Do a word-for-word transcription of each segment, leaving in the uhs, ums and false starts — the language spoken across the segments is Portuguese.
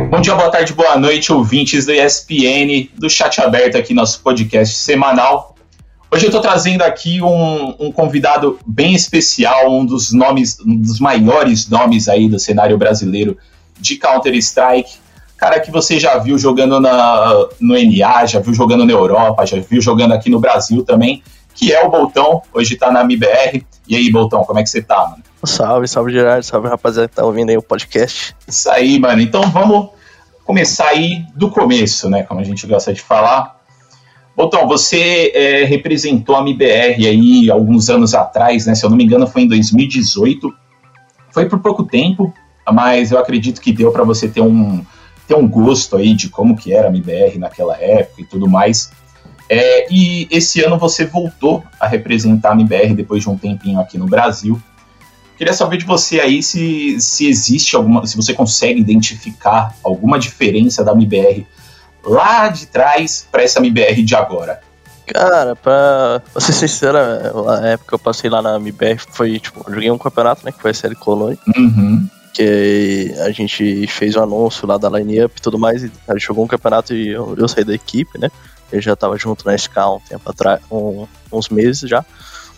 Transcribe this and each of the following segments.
Bom dia, boa tarde, boa noite, ouvintes do E S P N, do Chat Aberto aqui, nosso podcast semanal. Hoje eu estou trazendo aqui um, um convidado bem especial, um dos nomes, um dos maiores nomes aí do cenário brasileiro de Counter-Strike. Cara que você já viu jogando na, no N A, já viu jogando na Europa, já viu jogando aqui no Brasil também, que é o Boltão, hoje tá na M B R. E aí, Boltão, como é que você tá, mano? Salve, salve, Gerard, salve, rapaziada que tá ouvindo aí o podcast. Isso aí, mano. Então vamos começar aí do começo, né, como a gente gosta de falar. Boltão, você é, representou a M B R aí alguns anos atrás, né, se eu não me engano foi em dois mil e dezoito. Foi por pouco tempo, mas eu acredito que deu para você ter um, ter um gosto aí de como que era a M B R naquela época e tudo mais. É, e esse ano você voltou a representar a M B R depois de um tempinho aqui no Brasil. Queria saber de você aí se, se existe alguma, se você consegue identificar alguma diferença da M B R lá de trás para essa M B R de agora. Cara, pra, pra ser sincero, a época que eu passei lá na M B R foi, tipo, eu joguei um campeonato, né, que foi a Série Colônia, uhum. que a gente fez um anúncio lá da line-up e tudo mais, e a gente jogou um campeonato e eu, eu saí da equipe, né, eu já tava junto na S K um tempo atrás, um, uns meses já.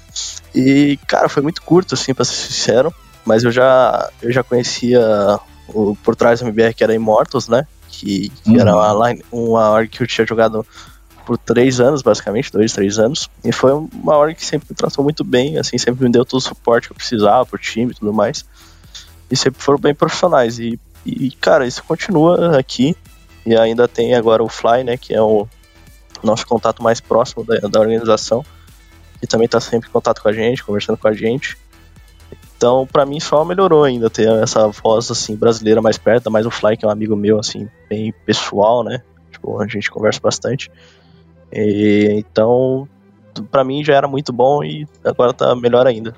E, cara, foi muito curto, assim, pra ser sincero, mas eu já, eu já conhecia o, por trás da M B R, que era Immortals, né, que, que uhum. era uma, line, uma org que eu tinha jogado por três anos, basicamente, dois, três anos, e foi uma org que sempre me tratou muito bem, assim, sempre me deu todo o suporte que eu precisava pro time e tudo mais, e sempre foram bem profissionais, e, e cara, isso continua aqui, e ainda tem agora o Fly, né, que é o nosso contato mais próximo da, da organização, e também tá sempre em contato com a gente, conversando com a gente. Então, pra mim, só melhorou ainda ter essa voz, assim, brasileira mais perto, mais o Fly, que é um amigo meu, assim, bem pessoal, né? Tipo, a gente conversa bastante. E, então, pra mim já era muito bom e agora tá melhor ainda.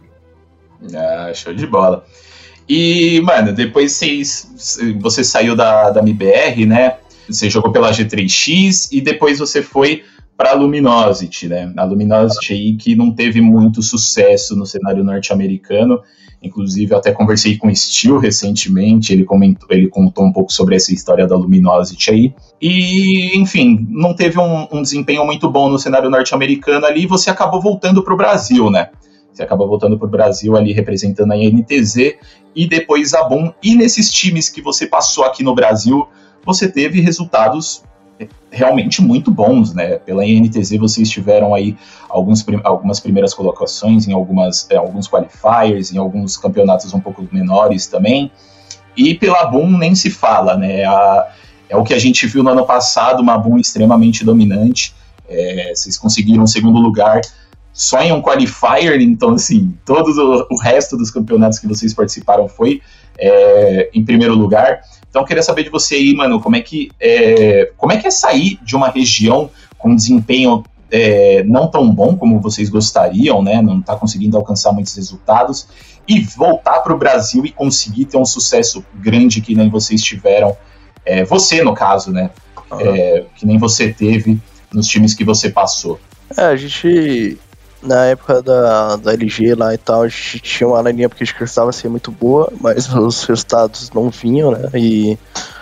Ah, show de bola. E, mano, depois vocês, você saiu da, da M B R, né? Você jogou pela G três X e depois você foi para a Luminosity, né? A Luminosity aí que não teve muito sucesso no cenário norte-americano. Inclusive, eu até conversei com o Steel recentemente, ele, comentou, ele contou um pouco sobre essa história da Luminosity aí. E, enfim, não teve um, um desempenho muito bom no cenário norte-americano ali, e você acabou voltando para o Brasil, né? Você acabou voltando para o Brasil ali, representando a N T Z e depois a Boom. E nesses times que você passou aqui no Brasil, você teve resultados realmente muito bons, né? Pela N T Z vocês tiveram aí alguns, algumas primeiras colocações em algumas, é, alguns qualifiers, em alguns campeonatos um pouco menores também, e pela Boom nem se fala, né? A, é o que a gente viu no ano passado, uma Boom extremamente dominante, é, vocês conseguiram o segundo lugar só em um qualifier, então assim, todo o, o resto dos campeonatos que vocês participaram foi é, em primeiro lugar. Então eu queria saber de você aí, mano, como é que é, como é, que é sair de uma região com desempenho é, não tão bom como vocês gostariam, né? Não tá conseguindo alcançar muitos resultados, e voltar para o Brasil e conseguir ter um sucesso grande que nem vocês tiveram, é, você no caso, né? Uhum. É, que nem você teve nos times que você passou. É, a gente, na época da, da L G lá e tal, a gente tinha uma linha porque a gente acreditava ser muito boa, mas os resultados não vinham, né, e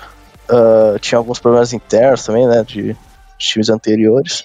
uh, tinha alguns problemas internos também, né, de, de times anteriores,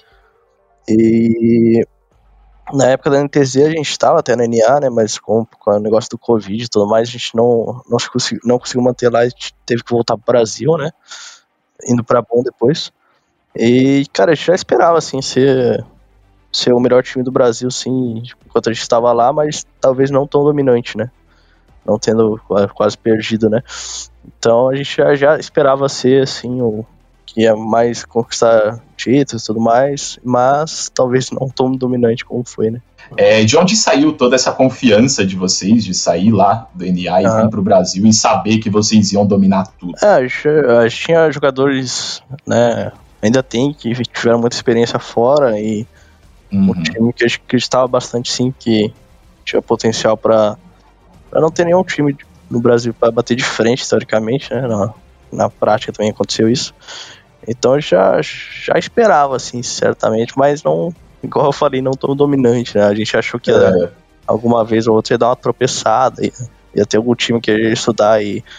e na época da N T Z a gente estava até na N A, né, mas com, com o negócio do Covid e tudo mais, a gente não, não, conseguiu, não conseguiu manter lá, a gente teve que voltar pro Brasil, né, indo pra Boom depois, e, cara, a gente já esperava, assim, ser... ser o melhor time do Brasil, sim, enquanto a gente estava lá, mas talvez não tão dominante, né? Não tendo quase perdido, né? Então a gente já, já esperava ser, assim, o que ia mais conquistar títulos e tudo mais, mas talvez não tão dominante como foi, né? É, de onde saiu toda essa confiança de vocês, de sair lá do N A e ah. vir pro Brasil e saber que vocês iam dominar tudo? É, a gente, a gente tinha jogadores, né, ainda tem, que tiveram muita experiência fora e Uhum. um time que eu acreditava bastante, sim, que tinha potencial para não ter nenhum time no Brasil para bater de frente, teoricamente, né? Na, na prática também aconteceu isso. Então eu já, já esperava, assim, certamente, mas não, igual eu falei, não tão dominante, né? A gente achou que ia, é. alguma vez ou outra ia dar uma tropeçada, ia, ia ter algum time que ia estudar e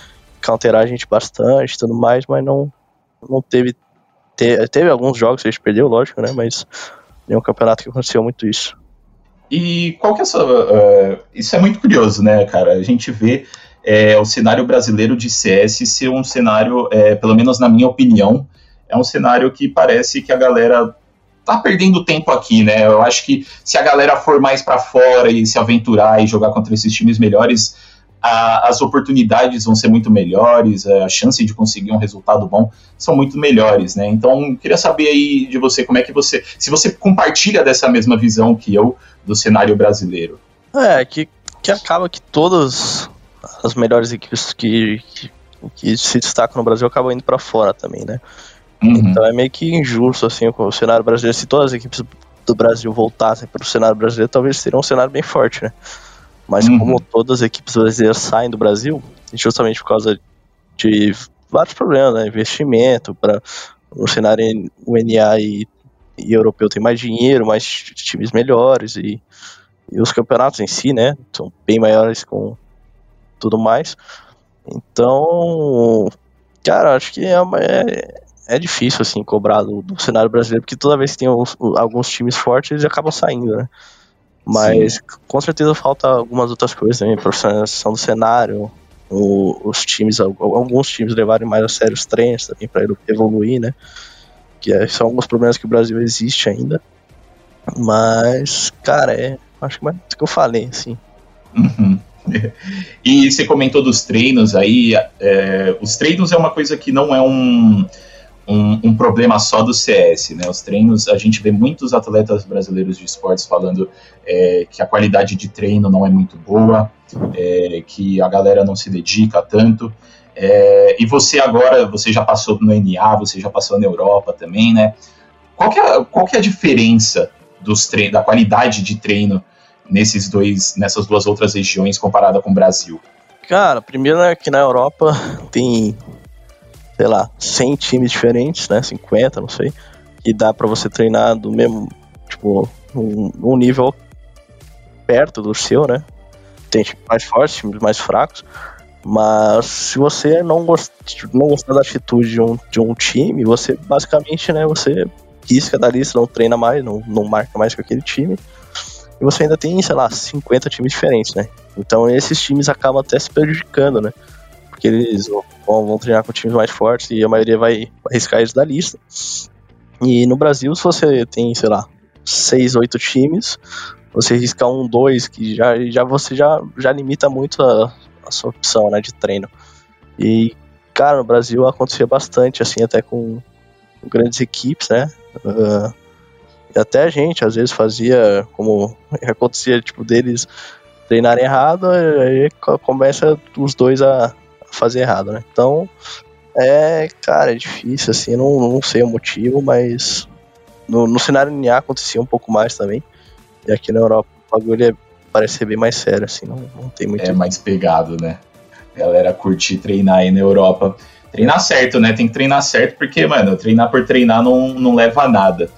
counterar a gente bastante e tudo mais, mas não, não teve, te, teve alguns jogos que a gente perdeu, lógico, né, mas nenhum campeonato que aconteceu muito isso. E qual que é a sua... Uh, isso é muito curioso, né, cara? A gente vê é, o cenário brasileiro de C S ser um cenário, é, pelo menos na minha opinião, é um cenário que parece que a galera tá perdendo tempo aqui, né? Eu acho que se a galera for mais pra fora e se aventurar e jogar contra esses times melhores, a, as oportunidades vão ser muito melhores, a chance de conseguir um resultado bom são muito melhores, né? Então, queria saber aí de você, como é que você... Se você compartilha dessa mesma visão que eu do cenário brasileiro. É, que, que acaba que todas as melhores equipes que, que, que se destacam no Brasil acabam indo pra fora também, né? Uhum. Então é meio que injusto, assim, com o cenário brasileiro. Se todas as equipes do Brasil voltassem para o cenário brasileiro, talvez seria um cenário bem forte, né? Mas uhum. como todas as equipes brasileiras saem do Brasil, justamente por causa de vários problemas, né? Investimento, para o cenário U N A e, e europeu tem mais dinheiro, mais times melhores, e, e os campeonatos em si, né? São bem maiores com tudo mais. Então, cara, acho que é uma... É, É difícil, assim, cobrar do, do cenário brasileiro, porque toda vez que tem os, alguns times fortes, eles acabam saindo, né? Mas, sim, com certeza falta algumas outras coisas também, profissionalização do cenário, o, os times, alguns times levarem mais a sério os treinos também, para evoluir, né? Que é, são alguns problemas que o Brasil existe ainda. Mas, cara, é, acho que é isso que eu falei, assim. Uhum. E você comentou dos treinos aí, é, os treinos é uma coisa que não é um... Um, um problema só do C S, né? Os treinos, a gente vê muitos atletas brasileiros de esportes falando é, que a qualidade de treino não é muito boa, é, que a galera não se dedica tanto. É, e você agora, você já passou no N A, você já passou na Europa também, né? Qual que é, qual que é a diferença dos tre- da qualidade de treino nesses dois, nessas duas outras regiões comparada com o Brasil? Cara, primeiro é que na Europa tem, sei lá, cem times diferentes, né, cinquenta, não sei, e dá pra você treinar do mesmo, tipo, um, um nível perto do seu, né, tem times mais fortes, times mais fracos, mas se você não, gost, não gostar da atitude de um, de um time, você basicamente, né, você risca da lista, não treina mais, não, não marca mais com aquele time, e você ainda tem, sei lá, cinquenta times diferentes, né, então esses times acabam até se prejudicando, né, porque eles vão, vão treinar com times mais fortes e a maioria vai arriscar eles da lista. E no Brasil, se você tem, sei lá, seis, oito times, você risca um, dois, que já, já você já, já limita muito a, a sua opção, né, de treino. E, cara, no Brasil acontecia bastante, assim, até com, com grandes equipes, né, uh, e até a gente, às vezes, fazia, como acontecia, tipo, deles treinarem errado, aí começa os dois a fazer errado, né? Então, é, cara, é difícil, assim, não, não sei o motivo, mas no, no cenário N A acontecia um pouco mais também, e aqui na Europa o bagulho é, parece ser bem mais sério, assim, não, não tem muito... É mais pegado, né? A galera curte treinar aí na Europa. Treinar certo, né? Tem que treinar certo, porque, mano, treinar por treinar não, não leva a nada.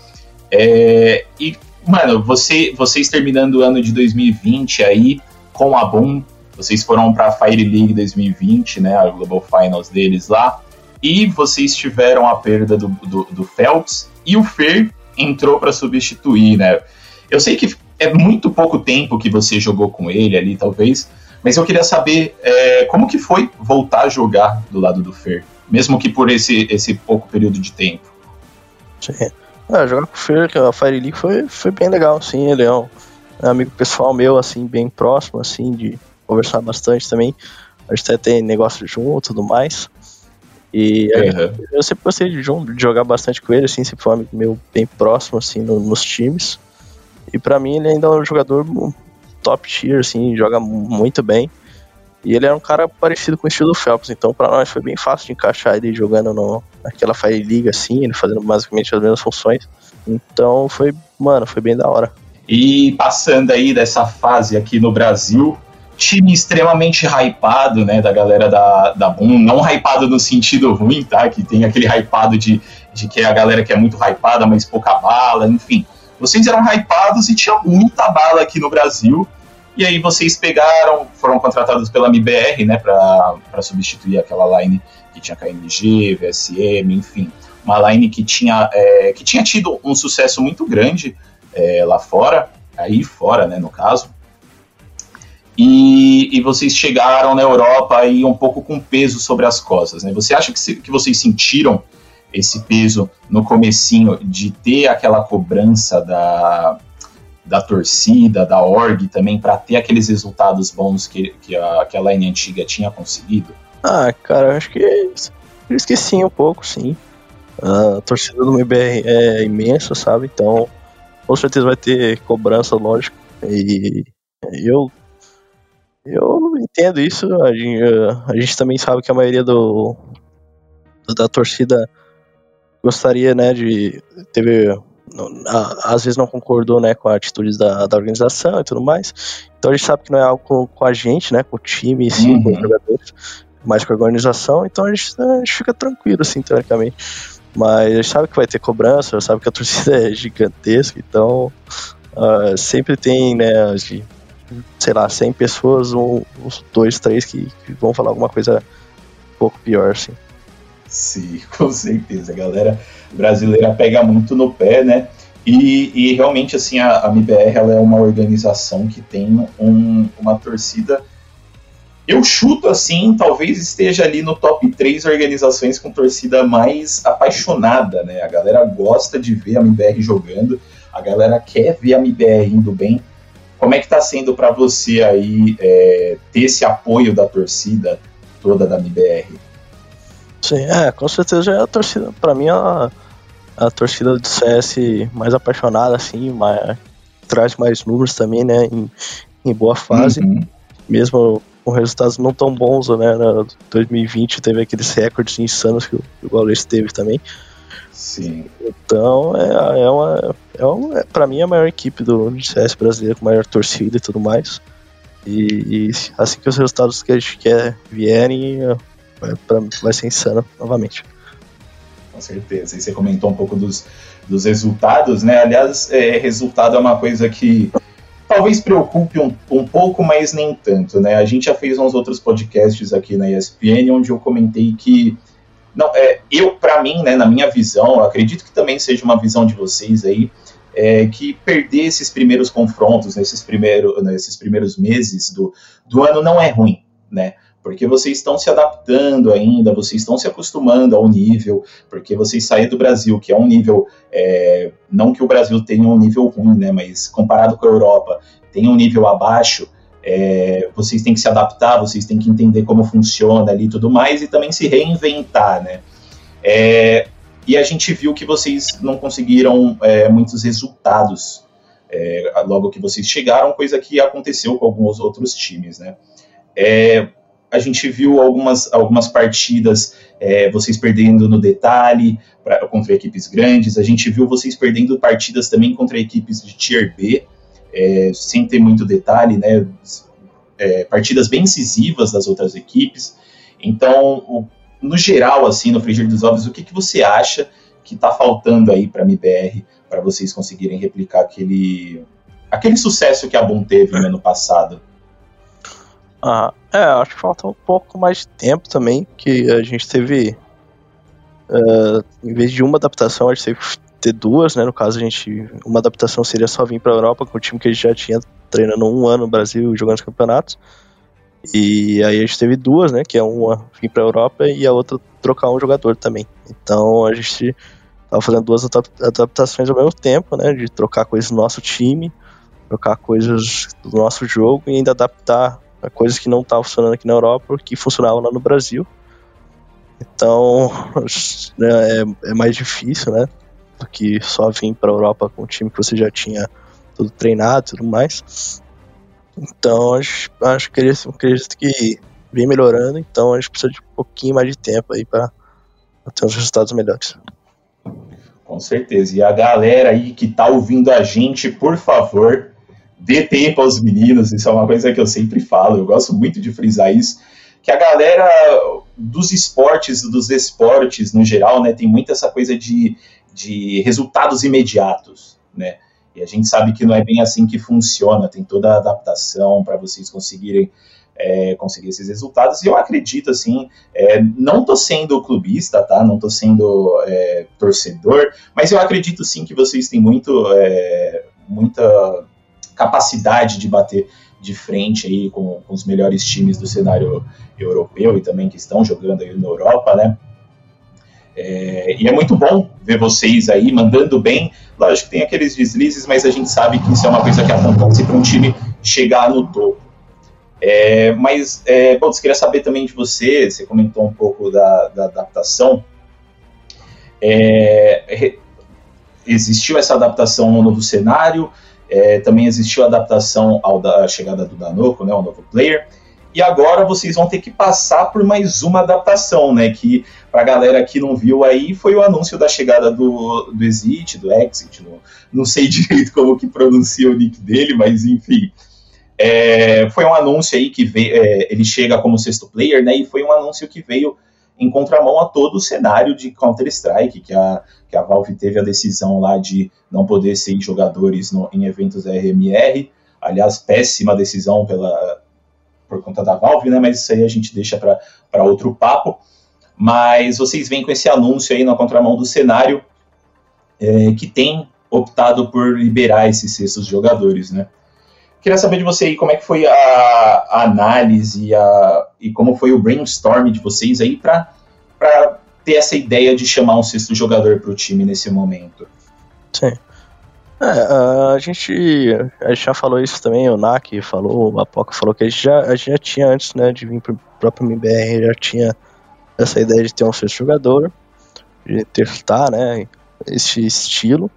É, e, mano, você, vocês terminando o ano de dois mil e vinte aí, com a Boom, vocês foram para a Fire League dois mil e vinte, né, a Global Finals deles lá, e vocês tiveram a perda do, do, do Phelps, e o Fer entrou para substituir, né. Eu sei que é muito pouco tempo que você jogou com ele ali, talvez, mas eu queria saber é, como que foi voltar a jogar do lado do Fer, mesmo que por esse, esse pouco período de tempo. Sim. Ah, jogar com o Fer, a Fire League, foi, foi bem legal, sim, ele é um amigo pessoal meu, assim, bem próximo, assim, de conversar bastante também, a gente até tem negócio junto e tudo mais, e uhum. eu sempre gostei de, de jogar bastante com ele, assim, sempre foi um amigo meu bem próximo, assim, no, nos times, e pra mim ele ainda é um jogador top tier, assim, joga muito bem, e ele era um cara parecido com o estilo do Phelps, então pra nós foi bem fácil de encaixar ele jogando no, naquela Fire League, assim, ele fazendo basicamente as mesmas funções, então foi, mano, foi bem da hora. E passando aí dessa fase aqui no Brasil, time extremamente hypado, né, da galera da, da Boom, não hypado no sentido ruim, tá, que tem aquele hypado de, de que é a galera que é muito hypada, mas pouca bala, enfim. Vocês eram hypados e tinha muita bala aqui no Brasil, E aí vocês pegaram, foram contratados pela M B R, né, para substituir aquela line que tinha K M G, V S M, enfim. Uma line que tinha, é, que tinha tido um sucesso muito grande é, lá fora, aí fora, né, no caso. E, e vocês chegaram na Europa aí um pouco com peso sobre as costas, né? Você acha que, se, que vocês sentiram esse peso no comecinho de ter aquela cobrança da, da torcida, da org também, para ter aqueles resultados bons que, que, a, que a line antiga tinha conseguido? Ah, cara, acho que eu esqueci um pouco, sim. A torcida do M B R é imensa, sabe? Então, com certeza vai ter cobrança, lógico. E eu eu não entendo isso. A gente, a gente também sabe que a maioria do da torcida gostaria, né, de teve a, às vezes não concordou, né, com a atitude da, da organização e tudo mais. Então a gente sabe que não é algo com, com a gente, né, com o time e sim, uhum. com os jogadores, mais com a organização. Então a gente, a gente fica tranquilo, assim, teoricamente. Mas a gente sabe que vai ter cobrança, sabe que a torcida é gigantesca, então uh, sempre tem, né, de, sei lá, cem pessoas, um, uns dois, três que, que vão falar alguma coisa um pouco pior, assim. Sim, com certeza. A galera brasileira pega muito no pé, né? E, e realmente, assim, a, a M B R ela é uma organização que tem um, uma torcida. Eu chuto, assim, talvez esteja ali no top três organizações com torcida mais apaixonada, né? A galera gosta de ver a M B R jogando, a galera quer ver a M B R indo bem. Como é que tá sendo para você aí é, ter esse apoio da torcida toda da M B R? Sim, é, com certeza é a torcida, pra mim, a, a torcida do C S mais apaixonada, assim, mais, traz mais números também, né, em, em boa fase, uhum. mesmo com resultados não tão bons, né, na dois mil e vinte teve aqueles recordes insanos que o, que o Gaules teve também. Sim. Então, é, é uma, é uma, pra mim, é a maior equipe do C S brasileiro, com maior torcida e tudo mais, e, e assim que os resultados que a gente quer vierem, Vai, pra, vai ser insano novamente. Com certeza. E você comentou um pouco dos, dos resultados, né? Aliás, é, resultado é uma coisa que talvez preocupe um, um pouco, mas nem tanto, né? A gente já fez uns outros podcasts aqui na E S P N, onde eu comentei que não, é, eu, pra mim, né, na minha visão, eu acredito que também seja uma visão de vocês aí, é, que perder esses primeiros confrontos, nesses, primeiro, nesses primeiros meses do, do ano não é ruim, né? Porque vocês estão se adaptando ainda, vocês estão se acostumando ao nível, porque vocês saem do Brasil, que é um nível, é, não que o Brasil tenha um nível ruim, né, mas comparado com a Europa, tem um nível abaixo, é, vocês têm que se adaptar, vocês têm que entender como funciona ali e tudo mais, e também se reinventar, né. É, e a gente viu que vocês não conseguiram é, muitos resultados é, logo que vocês chegaram, coisa que aconteceu com alguns outros times, né. É, a gente viu algumas, algumas partidas, é, vocês perdendo no detalhe pra, contra equipes grandes, a gente viu vocês perdendo partidas também contra equipes de Tier B, é, sem ter muito detalhe, né, é, partidas bem incisivas das outras equipes. Então, o, no geral, assim, no frigir dos ovos, o que, que você acha que está faltando aí para a M B R, para vocês conseguirem replicar aquele, aquele sucesso que a Boom teve no ano passado? Ah, é, acho que falta um pouco mais de tempo também, que a gente teve, uh, em vez de uma adaptação, a gente teve que ter duas, né, no caso a gente, uma adaptação seria só vir pra Europa, com o time que a gente já tinha treinando um ano no Brasil, jogando os campeonatos, e aí a gente teve duas, né, que é uma vir pra Europa e a outra trocar um jogador também, então a gente tava fazendo duas adaptações ao mesmo tempo, né, de trocar coisas do nosso time, trocar coisas do nosso jogo e ainda adaptar coisas que não estavam funcionando aqui na Europa, que funcionavam lá no Brasil. Então, é, é mais difícil, né, do que só vir para a Europa com um time que você já tinha tudo treinado e tudo mais. Então, acho, acho que acredito que vem melhorando, então a gente precisa de um pouquinho mais de tempo aí para ter uns resultados melhores. Com certeza. E a galera aí que tá ouvindo a gente, por favor, dê tempo aos meninos, isso é uma coisa que eu sempre falo, eu gosto muito de frisar isso, que a galera dos esportes, dos esportes no geral, né, tem muito essa coisa de, de resultados imediatos, né, E a gente sabe que não é bem assim que funciona, tem toda a adaptação para vocês conseguirem é, conseguir esses resultados. E eu acredito, assim, é, não tô sendo clubista, tá? Não tô sendo é, torcedor, mas eu acredito sim que vocês têm muito, é, muita capacidade de bater de frente aí com, com os melhores times do cenário europeu e também que estão jogando aí na Europa, né? É, e é muito bom ver vocês aí mandando bem. Lógico que tem aqueles deslizes, mas a gente sabe que isso é uma coisa que acontece para um time chegar no topo. É, mas, é, bom, eu queria saber também de você, você comentou um pouco da, da adaptação. É, existiu essa adaptação no novo cenário, é, também existiu a adaptação ao da, à chegada do Danoco, né, o novo player. E agora vocês vão ter que passar por mais uma adaptação, né? Que, pra galera que não viu aí, foi o anúncio da chegada do, do Exit, do Exit, não, não sei direito como que pronuncia o nick dele, mas enfim. É, foi um anúncio aí que veio, é, ele chega como sexto player, né? E foi um anúncio que veio em contramão a todo o cenário de Counter-Strike, que a, que a Valve teve a decisão lá de não poder ser jogadores no, em eventos R M R. Aliás, péssima decisão pela... por conta da Valve, né, mas isso aí a gente deixa para outro papo. Mas vocês vêm com esse anúncio aí na contramão do cenário, é, que tem optado por liberar esses sextos jogadores, né. Queria saber de você aí como é que foi a, a análise a, e como foi o brainstorm de vocês aí para ter essa ideia de chamar um sexto jogador para o time nesse momento. Sim. É, a gente, a gente já falou isso também, o Nak falou, a Poca falou que a gente já, a gente já tinha antes, né, de vir pro próprio M B R, já tinha essa ideia de ter um sexto jogador, de testar, né, esse estilo,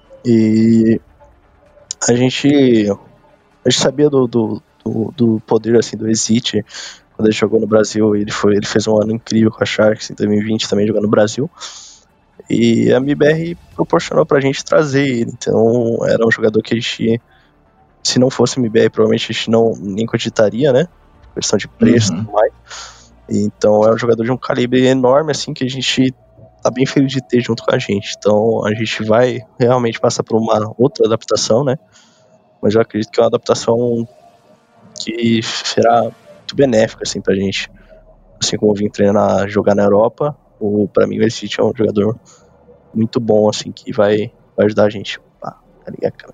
e a gente, a gente sabia do, do, do, do poder, assim, do Exit, quando ele jogou no Brasil, ele, foi, ele fez um ano incrível com a Sharks em dois mil e vinte, também jogando no Brasil. E a M B R proporcionou pra gente trazer ele, então era um jogador que a gente, se não fosse M B R, provavelmente a gente não, nem cogitaria, né, questão de preço e uhum. tudo mais. Então é um jogador de um calibre enorme, assim, que a gente tá bem feliz de ter junto com a gente. Então a gente vai realmente passar por uma outra adaptação, né, mas eu acredito que é uma adaptação que será muito benéfica, assim, pra gente. Assim como eu vim treinar, jogar na Europa, o, pra mim o Exit é um jogador muito bom, assim, que vai, vai ajudar a gente. Ah, tá ligado, cara?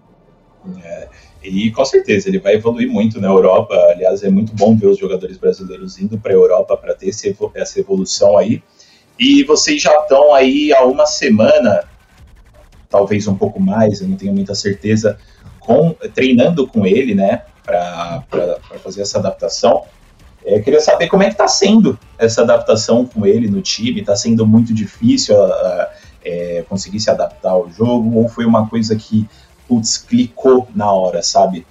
É, e com certeza, ele vai evoluir muito na Europa. Aliás, é muito bom ver os jogadores brasileiros indo para a Europa para ter esse, essa evolução aí. E vocês já estão aí há uma semana, talvez um pouco mais, eu não tenho muita certeza, com, treinando com ele, né, para fazer essa adaptação. É, queria saber como é que está sendo essa adaptação com ele no time. Está sendo muito difícil a, a, é, conseguir se adaptar ao jogo, ou foi uma coisa que, putz, clicou na hora, sabe?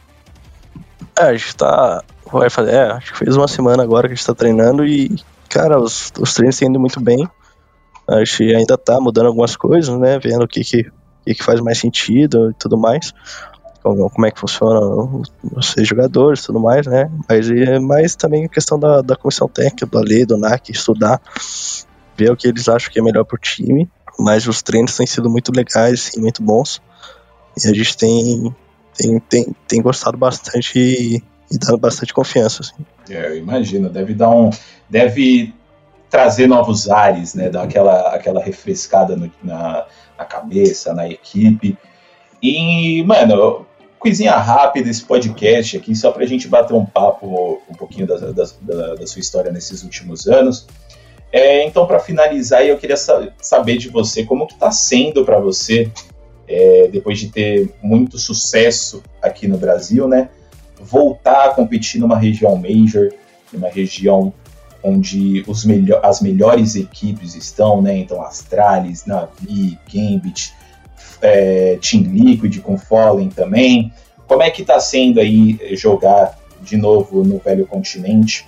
É, a gente tá... Vai fazer, é, acho que fez uma semana agora que a gente tá treinando e, cara, os, os treinos estão indo muito bem. A gente ainda tá mudando algumas coisas, né, vendo o que que, que, que faz mais sentido e tudo mais. Como, como é que funciona os seis jogadores e tudo mais, né? Mas, é mais também a questão da, da comissão técnica, do Ale, do N A C, estudar, ver o que eles acham que é melhor pro time. Mas os treinos têm sido muito legais e muito bons. E a gente tem, tem, tem, tem gostado bastante e, e dando bastante confiança. Assim. É, eu imagino, deve dar um. Deve trazer novos ares, né? Dar aquela, aquela refrescada no, na, na cabeça, na equipe. E, mano, coisinha rápida esse podcast aqui, só pra gente bater um papo um pouquinho da, da, da, da sua história nesses últimos anos. É, então, para finalizar, eu queria sa- saber de você como que tá sendo para você, é, depois de ter muito sucesso aqui no Brasil, né, voltar a competir numa região major, numa região onde os melho- as melhores equipes estão, né, então Astralis, Navi, Gambit, É, Team Liquid com Fallen também. Como é que tá sendo aí jogar de novo no velho continente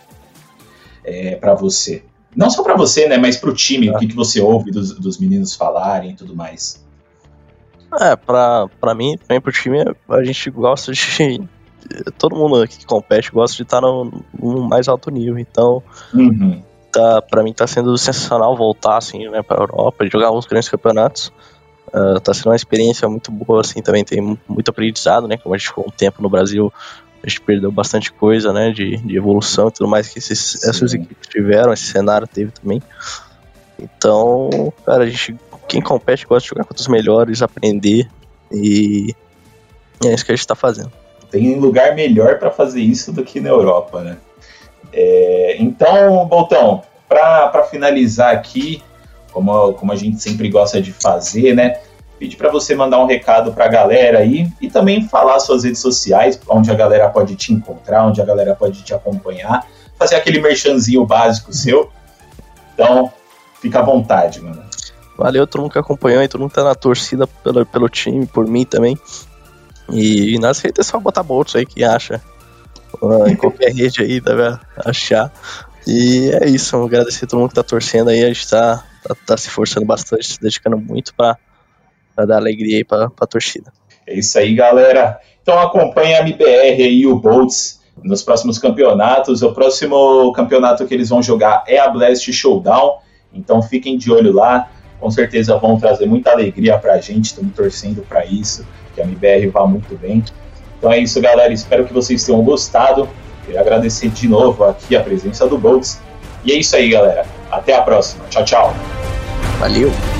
é, para você? Não só para você, né, mas pro time, ah. o que, que você ouve dos, dos meninos falarem e tudo mais? É, pra, pra mim, também pro time, a gente gosta de... Todo mundo que compete gosta de estar no, no mais alto nível, então... Uhum. Tá, pra mim tá sendo sensacional voltar, assim, né, pra Europa, jogar uns grandes campeonatos. Uh, tá sendo uma experiência muito boa, assim, também tem muito aprendizado, né? Como a gente ficou um tempo no Brasil, a gente perdeu bastante coisa, né? De, de evolução e tudo mais que esses, essas equipes tiveram, esse cenário teve também. Então, cara, a gente, quem compete gosta de jogar contra os melhores, aprender, e é isso que a gente tá fazendo. Tem lugar melhor para fazer isso do que na Europa, né? É, então, Boltão, para finalizar aqui, como, como a gente sempre gosta de fazer, né? Pedir para você mandar um recado para a galera aí e também falar suas redes sociais, onde a galera pode te encontrar, onde a galera pode te acompanhar, fazer aquele merchanzinho básico seu. Então, fica à vontade, mano. Valeu, todo mundo que acompanhou e todo mundo que tá na torcida pelo, pelo time, por mim também. E nas redes é só botar Boltz aí que acha. Uh, em qualquer rede aí deve achar. E é isso, agradecer a todo mundo que tá torcendo aí. A gente tá, tá, tá se esforçando bastante, se dedicando muito pra, pra dar alegria aí pra, pra torcida. É isso aí, galera. Então acompanha a M B R aí, o Boltz, nos próximos campeonatos. O próximo campeonato que eles vão jogar é a Blast Showdown. Então fiquem de olho lá. Com certeza vão trazer muita alegria pra gente. Estamos torcendo pra isso, que a M B R vá muito bem. Então é isso, galera. Espero que vocês tenham gostado. Queria agradecer de novo aqui a presença do Boltz. E é isso aí, galera. Até a próxima. Tchau, tchau. Valeu.